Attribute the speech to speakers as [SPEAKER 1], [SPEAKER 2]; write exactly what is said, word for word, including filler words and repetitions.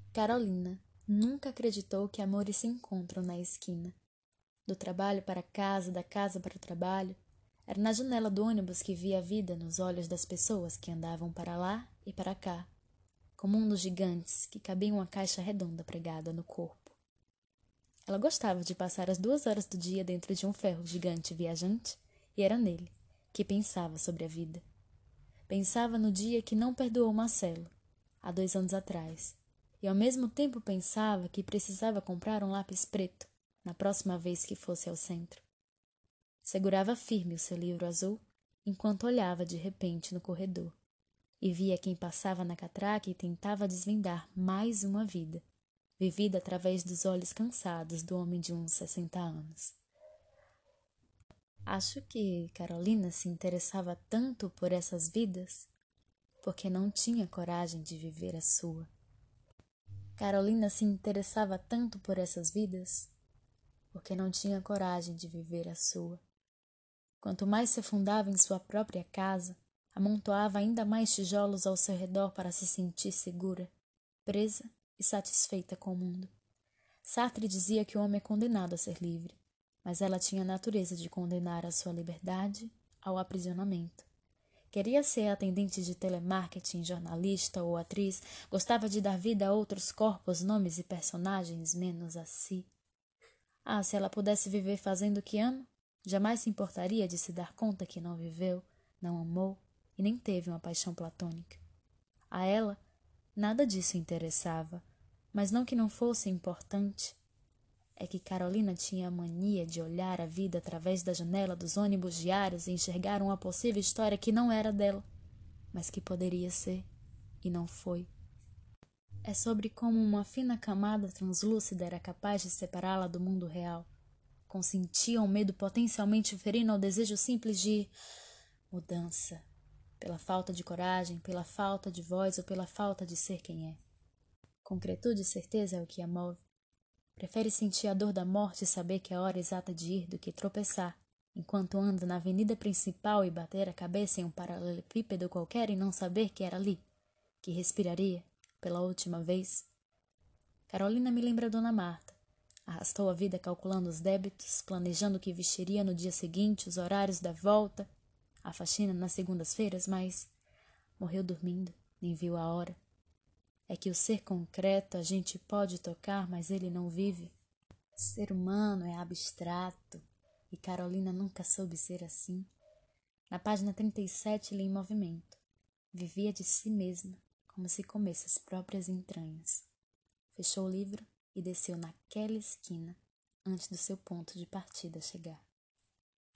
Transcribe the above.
[SPEAKER 1] Carolina nunca acreditou que amores se encontram na esquina. Do trabalho para casa, da casa para o trabalho, era na janela do ônibus que via a vida nos olhos das pessoas que andavam para lá e para cá, como mundos gigantes que cabiam uma caixa redonda pregada no corpo. Ela gostava de passar as duas horas do dia dentro de um ferro gigante viajante, e era nele que pensava sobre a vida. Pensava no dia que não perdoou Marcelo, há dois anos atrás, e ao mesmo tempo pensava que precisava comprar um lápis preto na próxima vez que fosse ao centro. Segurava firme o seu livro azul enquanto olhava de repente no corredor e via quem passava na catraca e tentava desvendar mais uma vida, vivida através dos olhos cansados do homem de uns sessenta anos. Acho que Carolina se interessava tanto por essas vidas porque não tinha coragem de viver a sua. Carolina se interessava tanto por essas vidas porque não tinha coragem de viver a sua. Quanto mais se afundava em sua própria casa, amontoava ainda mais tijolos ao seu redor para se sentir segura, presa e satisfeita com o mundo. Sartre dizia que o homem é condenado a ser livre, mas ela tinha a natureza de condenar a sua liberdade ao aprisionamento. Queria ser atendente de telemarketing, jornalista ou atriz, gostava de dar vida a outros corpos, nomes e personagens, menos a si. Ah, se ela pudesse viver fazendo o que ama, jamais se importaria de se dar conta que não viveu, não amou e nem teve uma paixão platônica. A ela, nada disso interessava, mas não que não fosse importante. É que Carolina tinha a mania de olhar a vida através da janela dos ônibus diários e enxergar uma possível história que não era dela, mas que poderia ser, e não foi. É sobre como uma fina camada translúcida era capaz de separá-la do mundo real. Consentia um medo potencialmente ferino ao desejo simples de mudança, pela falta de coragem, pela falta de voz ou pela falta de ser quem é. Concretude e certeza é o que a move. Prefere sentir a dor da morte e saber que é a hora exata de ir do que tropeçar, enquanto anda na avenida principal e bater a cabeça em um paralelepípedo qualquer e não saber que era ali, que respiraria, pela última vez. Carolina me lembra Dona Marta. Arrastou a vida calculando os débitos, planejando o que vestiria no dia seguinte, os horários da volta, a faxina nas segundas-feiras, mas morreu dormindo, nem viu a hora. É que o ser concreto a gente pode tocar, mas ele não vive. Ser humano é abstrato, e Carolina nunca soube ser assim. Na página trinta e sete li em movimento. Vivia de si mesma, como se comesse as próprias entranhas. Fechou o livro e desceu naquela esquina, antes do seu ponto de partida chegar.